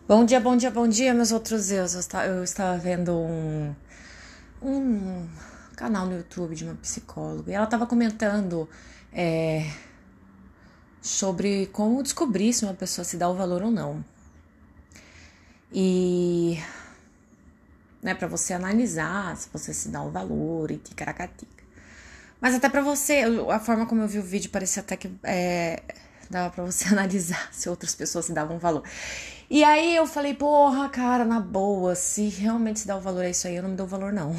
Bom dia, bom dia, bom dia, meus outros eus. Eu estava vendo um canal no YouTube de uma psicóloga e ela estava comentando sobre como descobrir se uma pessoa se dá o valor ou não. E, para você analisar se você se dá o valor e ticaracatica. Mas até pra você, a forma como eu vi o vídeo parecia até que dava pra você analisar se outras pessoas se davam valor. E aí eu falei, porra, cara, na boa, se realmente se dá o valor a isso aí, eu não me dou valor, não.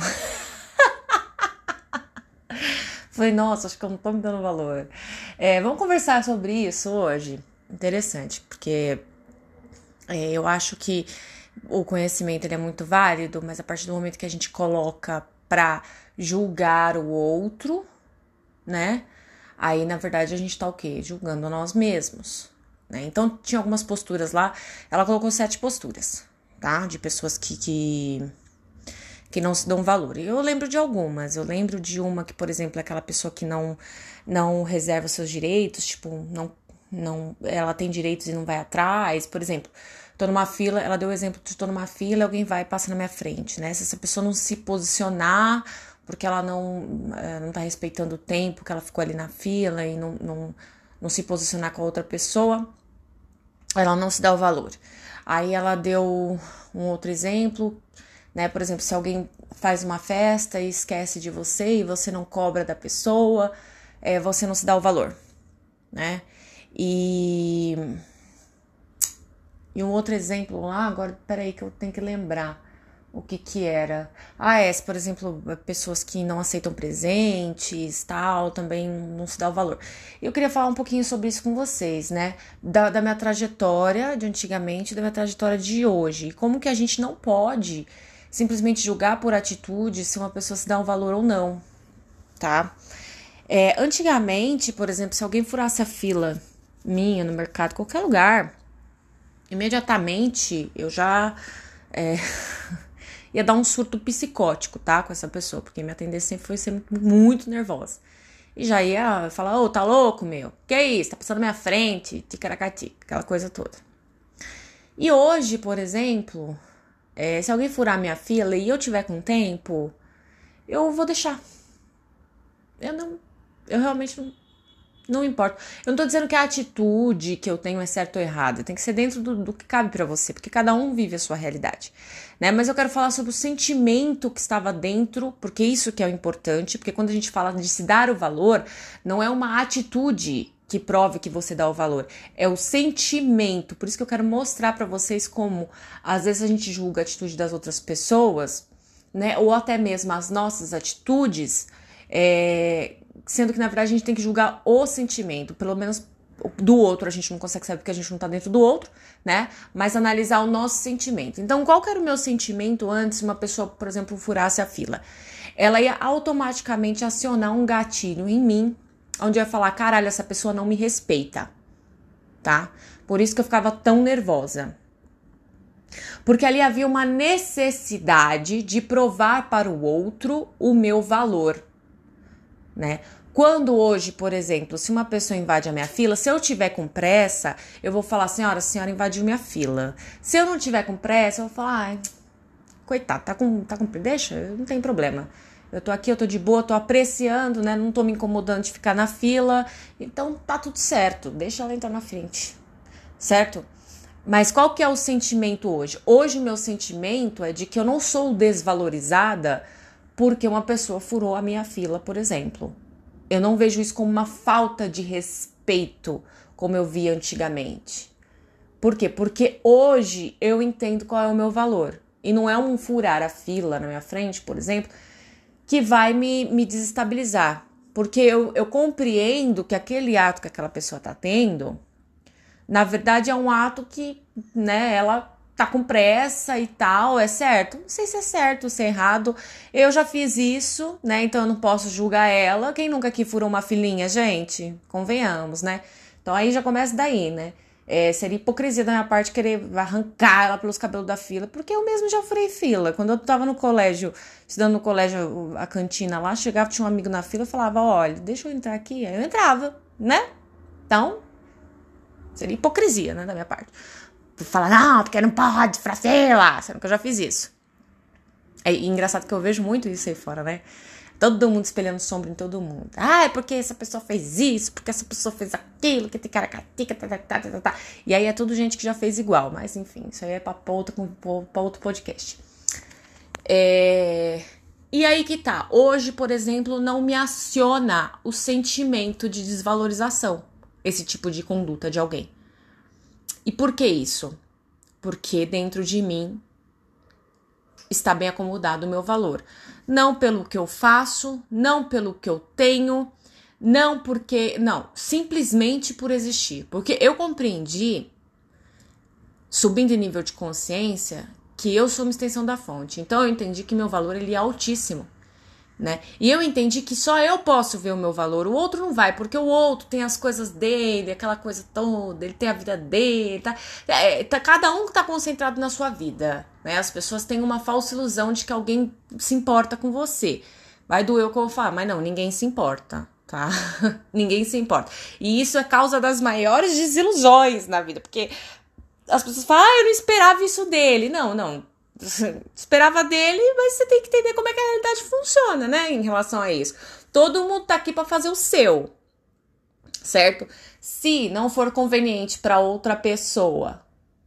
Falei, nossa, acho que eu não tô me dando valor. Vamos conversar sobre isso hoje. Interessante, porque eu acho que o conhecimento ele é muito válido, mas a partir do momento que a gente coloca pra julgar o outro, né? Aí, na verdade, a gente tá o quê? Julgando a nós mesmos, né? Então, tinha algumas posturas lá. Ela colocou 7 posturas, tá? De pessoas que não se dão valor. E eu lembro de algumas. Eu lembro de uma que, por exemplo, é aquela pessoa que não reserva seus direitos, tipo, ela tem direitos e não vai atrás. Por exemplo, tô numa fila, ela deu o exemplo de tô numa fila e alguém vai e passa na minha frente, né? Se essa pessoa não se posicionar porque ela não tá respeitando o tempo que ela ficou ali na fila e não se posicionar com a outra pessoa, ela não se dá o valor. Aí ela deu um outro exemplo, né? Por exemplo, se alguém faz uma festa e esquece de você e você não cobra da pessoa, você não se dá o valor, né? E um outro exemplo lá, agora, peraí que eu tenho que lembrar o que era. Por exemplo, pessoas que não aceitam presentes, tal, também não se dá o valor. Eu queria falar um pouquinho sobre isso com vocês, né? Da minha trajetória de antigamente, da minha trajetória de hoje. E como que a gente não pode simplesmente julgar por atitude se uma pessoa se dá um valor ou não, tá? Antigamente, por exemplo, se alguém furasse a fila minha no mercado, qualquer lugar, imediatamente eu já ia dar um surto psicótico, tá? Com essa pessoa, porque minha tendência sempre foi ser muito nervosa. E já ia falar, tá louco, meu? Que isso? Tá passando na minha frente, ticaracati, aquela coisa toda. E hoje, por exemplo, se alguém furar minha fila e eu tiver com tempo, eu vou deixar. Eu realmente não importa. Eu não tô dizendo que a atitude que eu tenho é certa ou errada. Tem que ser dentro do que cabe pra você, porque cada um vive a sua realidade, né? Mas eu quero falar sobre o sentimento que estava dentro, porque isso que é o importante, porque quando a gente fala de se dar o valor, não é uma atitude que prove que você dá o valor, é o sentimento. Por isso que eu quero mostrar pra vocês como, às vezes, a gente julga a atitude das outras pessoas, né? Ou até mesmo as nossas atitudes, sendo que na verdade a gente tem que julgar o sentimento, pelo menos do outro a gente não consegue saber porque a gente não tá dentro do outro, né? Mas analisar o nosso sentimento. Então, qual que era o meu sentimento antes de uma pessoa, por exemplo, furasse a fila? Ela ia automaticamente acionar um gatilho em mim, onde eu ia falar, caralho, essa pessoa não me respeita, tá? Por isso que eu ficava tão nervosa. Porque ali havia uma necessidade de provar para o outro o meu valor, né? Quando hoje, por exemplo, se uma pessoa invade a minha fila, se eu tiver com pressa, eu vou falar, senhora, a senhora invadiu minha fila. Se eu não tiver com pressa, eu vou falar, ai, coitado, deixa, não tem problema. Eu tô aqui, eu tô de boa, tô apreciando, né? Não tô me incomodando de ficar na fila, então tá tudo certo, deixa ela entrar na frente, certo? Mas qual que é o sentimento hoje? Hoje o meu sentimento é de que eu não sou desvalorizada porque uma pessoa furou a minha fila, por exemplo. Eu não vejo isso como uma falta de respeito, como eu via antigamente. Por quê? Porque hoje eu entendo qual é o meu valor. E não é um furar a fila na minha frente, por exemplo, que vai me desestabilizar. Porque eu compreendo que aquele ato que aquela pessoa está tendo, na verdade é um ato que, né, ela tá com pressa e tal, é certo? Não sei se é certo, se é errado. Eu já fiz isso, né? Então eu não posso julgar ela. Quem nunca aqui furou uma filinha, gente? Convenhamos, né? Então aí já começa daí, né? Seria hipocrisia da minha parte querer arrancar ela pelos cabelos da fila, porque eu mesmo já furei fila. Quando eu tava no colégio, estudando no colégio, a cantina lá, chegava, tinha um amigo na fila, eu falava, olha, deixa eu entrar aqui. Aí eu entrava, né? Então, seria hipocrisia, né, da minha parte. Fala, não, porque não pode, fracela. Sendo que eu já fiz isso. É engraçado que eu vejo muito isso aí fora, né? Todo mundo espelhando sombra em todo mundo. Ah, é porque essa pessoa fez isso, porque essa pessoa fez aquilo, que tem caracatica, tá. E aí é tudo gente que já fez igual. Mas enfim, isso aí é pra outro podcast. E aí que tá. Hoje, por exemplo, não me aciona o sentimento de desvalorização. Esse tipo de conduta de alguém. E por que isso? Porque dentro de mim está bem acomodado o meu valor. Não pelo que eu faço, não pelo que eu tenho, não, simplesmente por existir. Porque eu compreendi, subindo em nível de consciência, que eu sou uma extensão da fonte. Então eu entendi que meu valor ele é altíssimo, né? E eu entendi que só eu posso ver o meu valor, o outro não vai, porque o outro tem as coisas dele, aquela coisa toda, ele tem a vida dele, cada um tá concentrado na sua vida, né? As pessoas têm uma falsa ilusão de que alguém se importa com você. Vai doer o que eu vou falar, mas não, ninguém se importa, tá? Ninguém se importa. E isso é causa das maiores desilusões na vida, porque as pessoas falam, eu não esperava isso dele. Não. Esperava dele, mas você tem que entender como é que a realidade funciona, né, em relação a isso. Todo mundo tá aqui pra fazer o seu, certo? Se não for conveniente pra outra pessoa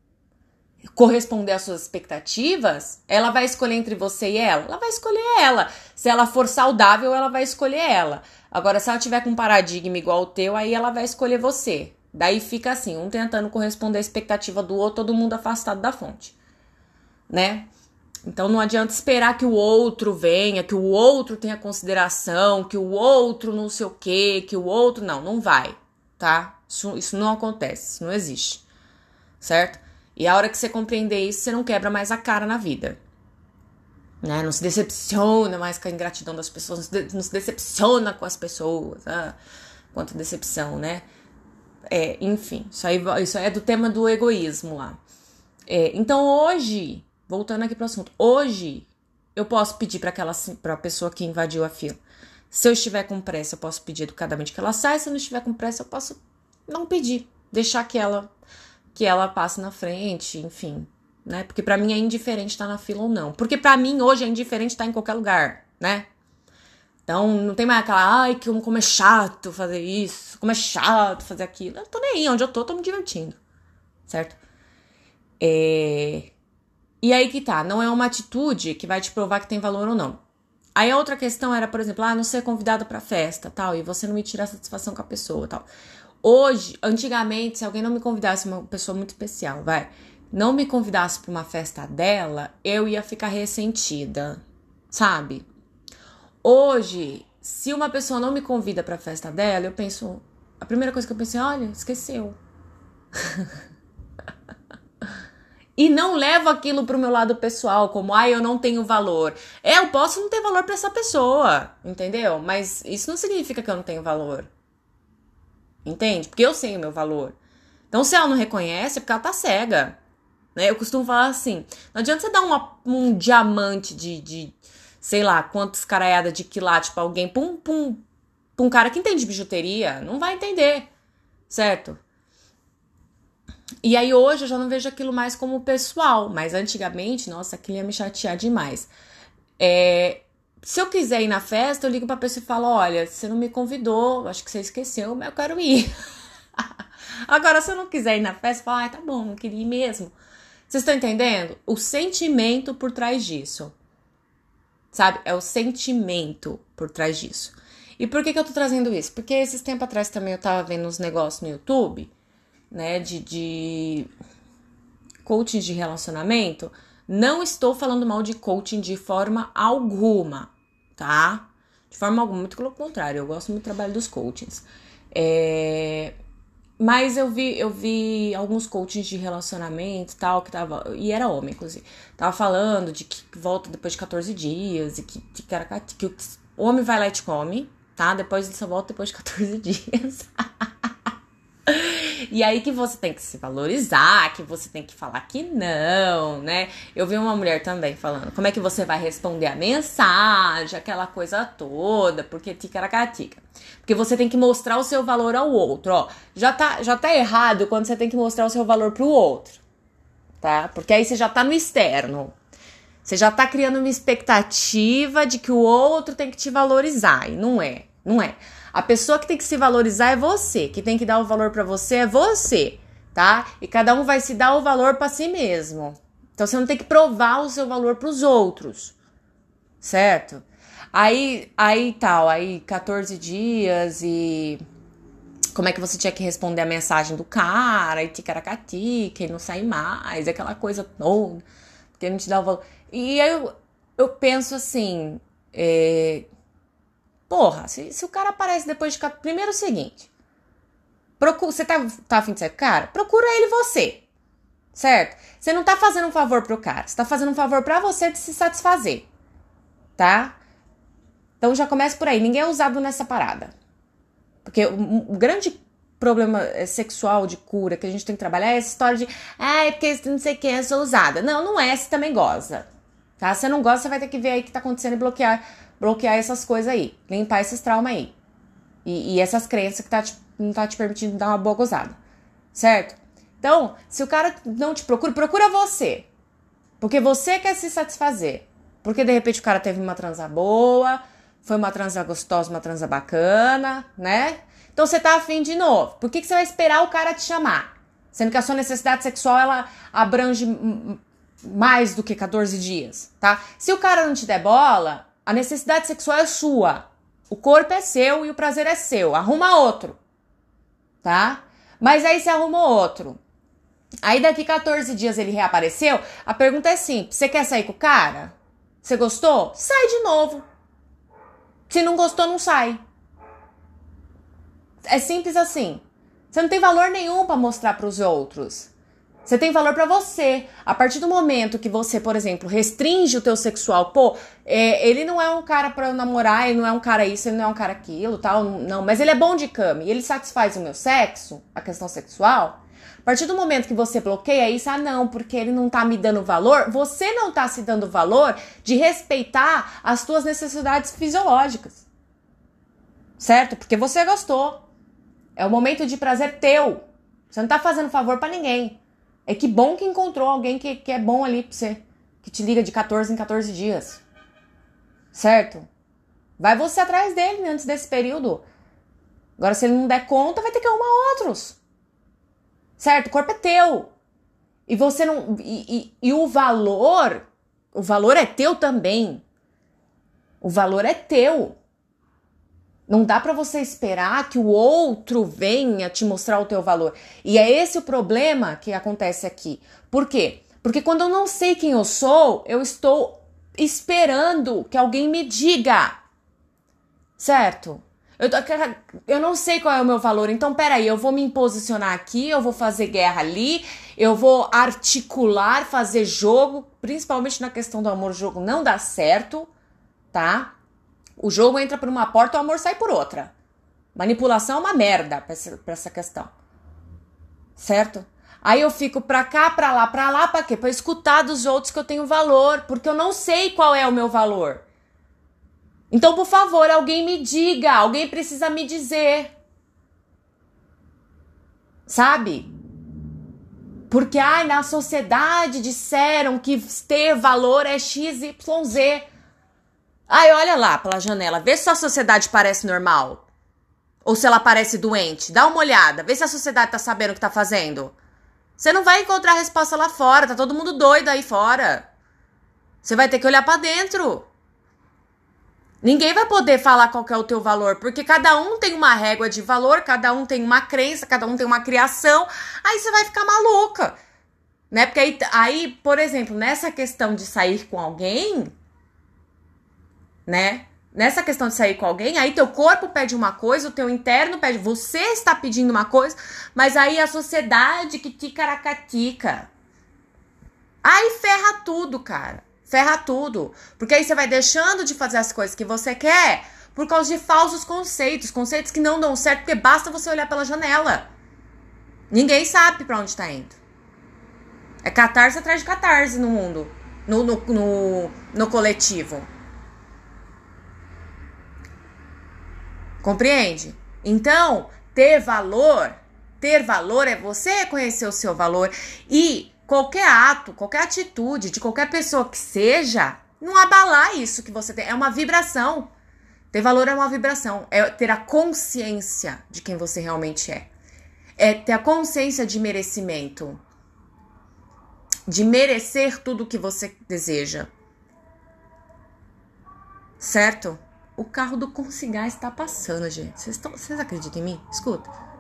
corresponder às suas expectativas, ela vai escolher entre você e ela? Ela vai escolher ela. Se ela for saudável, ela vai escolher ela. Agora, se ela tiver com um paradigma igual ao teu, aí ela vai escolher você. Daí fica assim, um tentando corresponder à expectativa do outro, todo mundo afastado da fonte, né? Então não adianta esperar que o outro venha, que o outro tenha consideração, que o outro não sei o quê, que o outro... Não vai, tá? Isso não acontece, isso não existe, certo? E a hora que você compreender isso, você não quebra mais a cara na vida, né? Não se decepciona mais com a ingratidão das pessoas, não se decepciona com as pessoas, quanto decepção, né? Enfim, isso aí é do tema do egoísmo lá. Então hoje, voltando aqui pro assunto, hoje eu posso pedir pra pessoa que invadiu a fila. Se eu estiver com pressa, eu posso pedir educadamente que ela saia. Se eu não estiver com pressa, eu posso não pedir, deixar que ela passe na frente, enfim, né? Porque pra mim é indiferente estar na fila ou não. Porque pra mim hoje é indiferente estar em qualquer lugar, né? Então, não tem mais aquela, como é chato fazer isso, como é chato fazer aquilo. Eu tô nem aí, onde eu tô me divertindo, certo? E aí que tá, não é uma atitude que vai te provar que tem valor ou não. Aí a outra questão era, por exemplo, não ser convidada pra festa, tal, e você não me tirar satisfação com a pessoa, tal. Hoje, antigamente, se alguém não me convidasse, uma pessoa muito especial, não me convidasse pra uma festa dela, eu ia ficar ressentida, sabe? Hoje, se uma pessoa não me convida pra festa dela, eu penso... A primeira coisa que eu pensei, olha, esqueceu. E não levo aquilo pro meu lado pessoal, como, eu não tenho valor. Eu posso não ter valor pra essa pessoa, entendeu? Mas isso não significa que eu não tenho valor. Entende? Porque eu sei o meu valor. Então, se ela não reconhece, é porque ela tá cega. Né? Eu costumo falar assim, não adianta você dar um diamante de sei lá, quantos caraiada de quilate pra alguém, pra um cara que entende de bijuteria, não vai entender, certo? E aí hoje eu já não vejo aquilo mais como pessoal, mas antigamente, nossa, aquilo ia me chatear demais. Se eu quiser ir na festa, eu ligo pra pessoa e falo, olha, você não me convidou, acho que você esqueceu, mas eu quero ir. Agora, se eu não quiser ir na festa, eu falo, tá bom, não queria ir mesmo. Vocês estão entendendo? O sentimento por trás disso. Sabe? É o sentimento por trás disso. E por que eu tô trazendo isso? Porque esses tempos atrás também eu tava vendo uns negócios no YouTube, né, de coaching de relacionamento. Não estou falando mal de coaching de forma alguma, tá? De forma alguma, muito pelo contrário, eu gosto muito do trabalho dos coachings. Mas eu vi alguns coachings de relacionamento e tal, e era homem, inclusive. Tava falando de que volta depois de 14 dias e que o homem vai lá e te come, tá? Depois ele só volta depois de 14 dias. E aí que você tem que se valorizar, que você tem que falar que não, né? Eu vi uma mulher também falando, como é que você vai responder a mensagem, aquela coisa toda, porque ticaracatica. Porque você tem que mostrar o seu valor ao outro, ó. Já tá errado quando você tem que mostrar o seu valor pro outro, tá? Porque aí você já tá no externo. Você já tá criando uma expectativa de que o outro tem que te valorizar. E não é, não é. A pessoa que tem que se valorizar é você. Que tem que dar o valor pra você é você, tá? E cada um vai se dar o valor pra si mesmo. Então você não tem que provar o seu valor pros outros, certo? Aí 14 dias e... Como é que você tinha que responder a mensagem do cara, e ticaracatica, e não sai mais, aquela coisa toda, porque não te dá o valor. E aí eu penso assim, porra, se o cara aparece depois de... Primeiro é o seguinte, você tá a fim de sair com o cara? Procura ele você, certo? Você não tá fazendo um favor pro cara, você tá fazendo um favor pra você de se satisfazer, tá? Então já começa por aí, ninguém é usado nessa parada. Porque o grande problema sexual de cura que a gente tem que trabalhar é essa história de porque não sei quem, eu sou usada. Não, não é, você também goza. Tá? Se você não gosta, você vai ter que ver aí o que tá acontecendo e bloquear essas coisas aí. Limpar esses traumas aí. E essas crenças que não tá te permitindo dar uma boa gozada. Certo? Então, se o cara não te procura você. Porque você quer se satisfazer. Porque de repente o cara teve uma transa boa... Foi uma transa gostosa, uma transa bacana, né? Então você tá afim de novo. Por que você vai esperar o cara te chamar? Sendo que a sua necessidade sexual, ela abrange mais do que 14 dias, tá? Se o cara não te der bola, a necessidade sexual é sua. O corpo é seu e o prazer é seu. Arruma outro, tá? Mas aí você arrumou outro. Aí daqui 14 dias ele reapareceu. A pergunta é simples. Você quer sair com o cara? Você gostou? Sai de novo. Se não gostou, não sai. É simples assim. Você não tem valor nenhum pra mostrar pros outros. Você tem valor pra você. A partir do momento que você, por exemplo, restringe o teu sexual, ele não é um cara pra eu namorar, ele não é um cara isso, ele não é um cara aquilo, tal, não, mas ele é bom de cama e ele satisfaz o meu sexo, a questão sexual. A partir do momento que você bloqueia isso, não, porque ele não tá me dando valor, você não tá se dando valor de respeitar as tuas necessidades fisiológicas. Certo? Porque você gostou. É o momento de prazer teu. Você não tá fazendo favor pra ninguém. É que bom que encontrou alguém que é bom ali pra você. Que te liga de 14 em 14 dias. Certo? Vai você atrás dele antes desse período. Agora, se ele não der conta, vai ter que arrumar outros. Certo? O corpo é teu. E você não... E o valor é teu também. O valor é teu. Não dá pra você esperar que o outro venha te mostrar o teu valor. E é esse o problema que acontece aqui. Por quê? Porque quando eu não sei quem eu sou, eu estou esperando que alguém me diga. Certo? Eu não sei qual é o meu valor, então peraí, eu vou me posicionar aqui, eu vou fazer guerra ali, eu vou articular, fazer jogo, principalmente na questão do amor, o jogo não dá certo, tá? O jogo entra por uma porta, o amor sai por outra. Manipulação é uma merda pra essa questão, certo? Aí eu fico pra cá, pra lá, pra quê? Pra escutar dos outros que eu tenho valor, porque eu não sei qual é o meu valor. Então, por favor, alguém me diga, alguém precisa me dizer. Sabe? Porque, na sociedade disseram que ter valor é XYZ. Olha lá pela janela, vê se a sociedade parece normal. Ou se ela parece doente. Dá uma olhada, vê se a sociedade tá sabendo o que tá fazendo. Você não vai encontrar resposta lá fora, tá todo mundo doido aí fora. Você vai ter que olhar pra dentro. Ninguém vai poder falar qual que é o teu valor, porque cada um tem uma régua de valor, cada um tem uma crença, cada um tem uma criação, aí você vai ficar maluca, né? Porque aí, por exemplo, nessa questão de sair com alguém, né? Nessa questão de sair com alguém, aí teu corpo pede uma coisa, o teu interno pede, você está pedindo uma coisa, mas aí a sociedade que ticaracatica. Aí ferra tudo, cara. Ferra tudo. Porque aí você vai deixando de fazer as coisas que você quer por causa de falsos conceitos. Conceitos que não dão certo, porque basta você olhar pela janela. Ninguém sabe pra onde tá indo. É catarse atrás de catarse no mundo. No coletivo. Compreende? Então, ter valor é você reconhecer o seu valor e qualquer ato, qualquer atitude de qualquer pessoa que seja, não abalar isso que você tem. É uma vibração. Ter valor é uma vibração. É ter a consciência de quem você realmente é. É ter a consciência de merecimento. De merecer tudo que você deseja. Certo? O carro do Consigás está passando, gente. Vocês acreditam em mim? Escuta.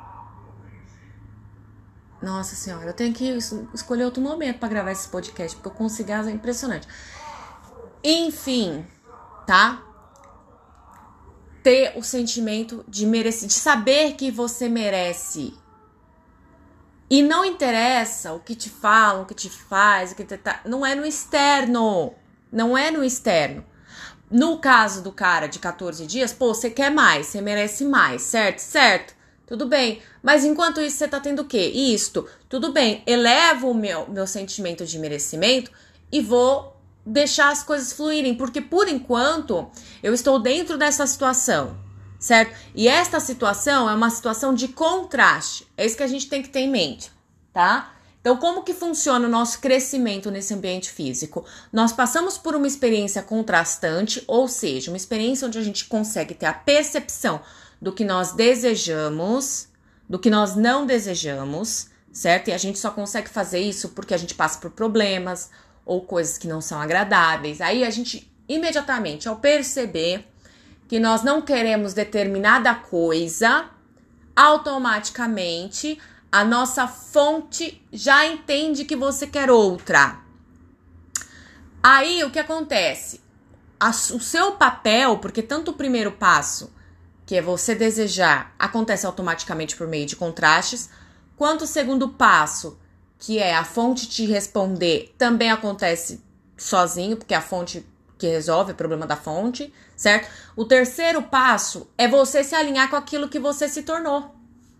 Nossa senhora, eu tenho que escolher outro momento para gravar esse podcast, porque o Consigás é impressionante. Enfim, tá? Ter o sentimento de merecer, de saber que você merece. E não interessa o que te falam, o que te faz, não é no externo. Não é no externo. No caso do cara de 14 dias, pô, você quer mais, você merece mais, certo? Certo. Tudo bem, mas enquanto isso você tá tendo o quê? Isto, tudo bem, elevo o meu sentimento de merecimento e vou deixar as coisas fluírem, porque por enquanto eu estou dentro dessa situação, certo? E esta situação é uma situação de contraste, é isso que a gente tem que ter em mente, tá? Então, como que funciona o nosso crescimento nesse ambiente físico? Nós passamos por uma experiência contrastante, ou seja, uma experiência onde a gente consegue ter a percepção do que nós desejamos, do que nós não desejamos, certo? E a gente só consegue fazer isso porque a gente passa por problemas ou coisas que não são agradáveis. Aí a gente, imediatamente, ao perceber que nós não queremos determinada coisa, automaticamente a nossa fonte já entende que você quer outra. Aí o que acontece? O seu papel, porque tanto o primeiro passo, que é você desejar, acontece automaticamente por meio de contrastes, quanto o segundo passo, que é a fonte te responder, também acontece sozinho, porque é a fonte que resolve o problema da fonte, certo? O terceiro passo é você se alinhar com aquilo que você se tornou.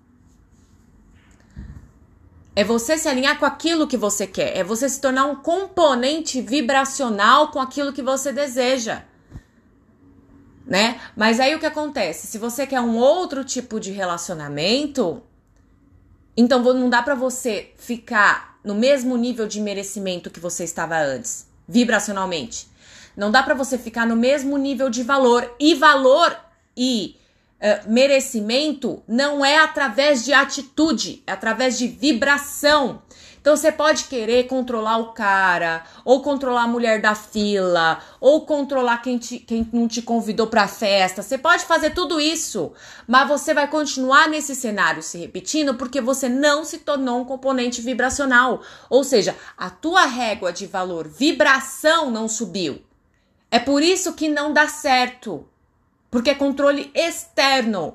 É você se alinhar com aquilo que você quer, é você se tornar um componente vibracional com aquilo que você deseja. Né? Mas aí o que acontece? Se você quer um outro tipo de relacionamento, então não dá pra você ficar no mesmo nível de merecimento que você estava antes, vibracionalmente. Não dá pra você ficar no mesmo nível de valor. E valor e merecimento não é através de atitude, é através de vibração. Então você pode querer controlar o cara, ou controlar a mulher da fila, ou controlar quem não te convidou pra festa. Você pode fazer tudo isso, mas você vai continuar nesse cenário se repetindo porque você não se tornou um componente vibracional. Ou seja, a tua régua de valor vibração não subiu. É por isso que não dá certo, porque é controle externo.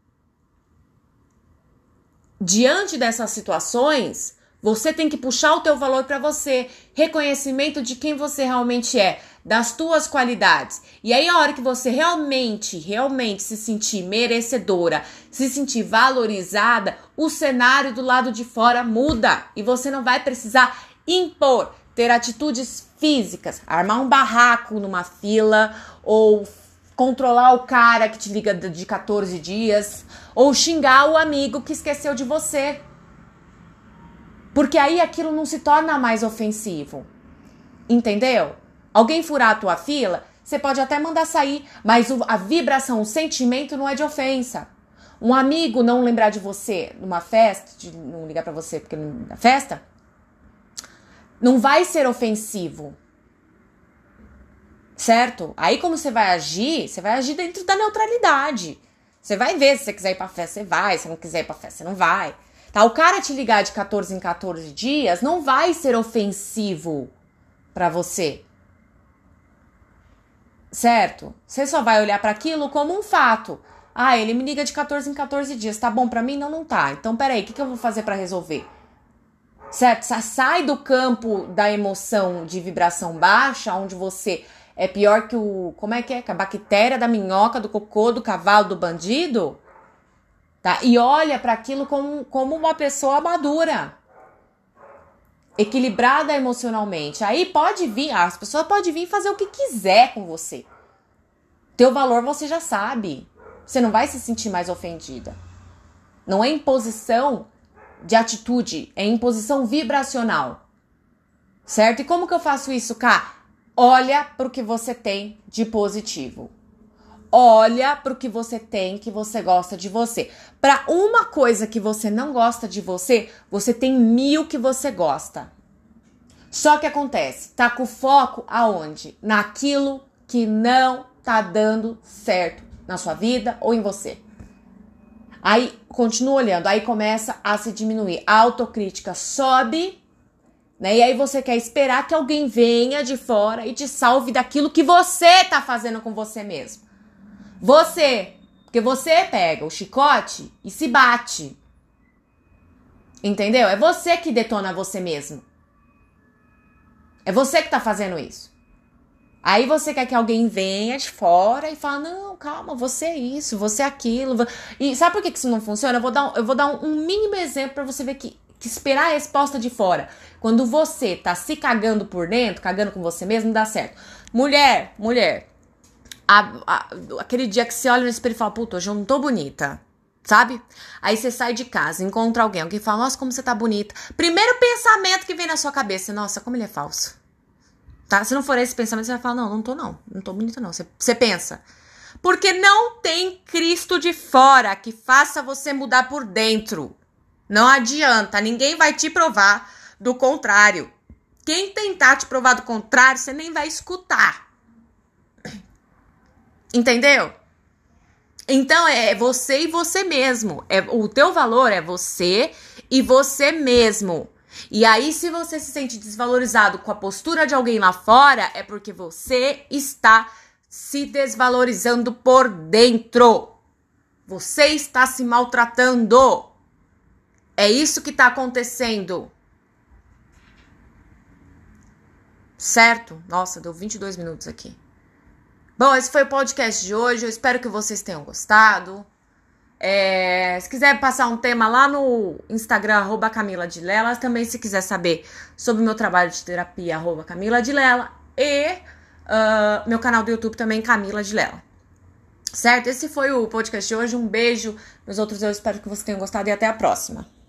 Diante dessas situações, você tem que puxar o teu valor para você, reconhecimento de quem você realmente é, das tuas qualidades. E aí a hora que você realmente se sentir merecedora, se sentir valorizada, o cenário do lado de fora muda e você não vai precisar impor, ter atitudes físicas, armar um barraco numa fila ou controlar o cara que te liga de 14 dias ou xingar o amigo que esqueceu de você. Porque aí aquilo não se torna mais ofensivo. Entendeu? Alguém furar a tua fila, você pode até mandar sair, mas a vibração, o sentimento não é de ofensa. Um amigo não lembrar de você numa festa, não ligar pra você porque na festa, não vai ser ofensivo. Certo? Aí como você vai agir dentro da neutralidade. Você vai ver, se você quiser ir pra festa, você vai. Se não quiser ir pra festa, você não vai. Tá? O cara te ligar de 14 em 14 dias não vai ser ofensivo pra você. Certo? Você só vai olhar pra aquilo como um fato. Ah, ele me liga de 14 em 14 dias. Tá bom pra mim? Não, não tá. Então, peraí, o que eu vou fazer pra resolver? Certo? Sai do campo da emoção de vibração baixa, onde você é pior que como é que é? Que a bactéria da minhoca, do cocô, do cavalo, do bandido. Tá? E olha para aquilo como uma pessoa madura, equilibrada emocionalmente. Aí pode vir, as pessoas podem vir fazer o que quiser com você. Teu valor você já sabe. Você não vai se sentir mais ofendida. Não é imposição de atitude, é imposição vibracional. certo? E como que eu faço isso, Cá? Olha pro que você tem de positivo. Olha pro que você tem, que você gosta de você. Para uma coisa que você não gosta de você, você tem 1000 que você gosta. Só que acontece, tá com foco aonde? Naquilo que não tá dando certo na sua vida ou em você. Aí, continua olhando, aí começa a se diminuir. A autocrítica sobe, né? E aí você quer esperar que alguém venha de fora e te salve daquilo que você tá fazendo com você mesmo. Porque você pega o chicote e se bate. Entendeu? É você que detona você mesmo. É você que tá fazendo isso. Aí você quer que alguém venha de fora e fala, não, calma, você é isso, você é aquilo. E sabe por que isso não funciona? Eu vou dar um mínimo exemplo pra você ver que esperar a resposta de fora, quando você tá se cagando por dentro, cagando com você mesmo, não dá certo. Mulher, aquele dia que você olha no espelho e fala, puta, hoje eu não tô bonita, sabe? Aí você sai de casa, encontra alguém fala, nossa, como você tá bonita. Primeiro pensamento que vem na sua cabeça, nossa, como ele é falso. Tá? Se não for esse pensamento, você vai falar, não tô bonita não. Você pensa. Porque não tem Cristo de fora que faça você mudar por dentro. Não adianta, ninguém vai te provar do contrário. Quem tentar te provar do contrário, você nem vai escutar. Entendeu? Então, é você e você mesmo. O teu valor é você e você mesmo. E aí, se você se sente desvalorizado com a postura de alguém lá fora, é porque você está se desvalorizando por dentro. Você está se maltratando. É isso que está acontecendo. Certo? Nossa, deu 22 minutos aqui. Bom, esse foi o podcast de hoje. Eu espero que vocês tenham gostado. Se quiser passar um tema lá no Instagram, @CamilaDilela. Também se quiser saber sobre o meu trabalho de terapia, @CamilaDilela. E meu canal do YouTube também, Camila Dilela. Certo? Esse foi o podcast de hoje. Um beijo. Nos outros eu espero que vocês tenham gostado e até a próxima.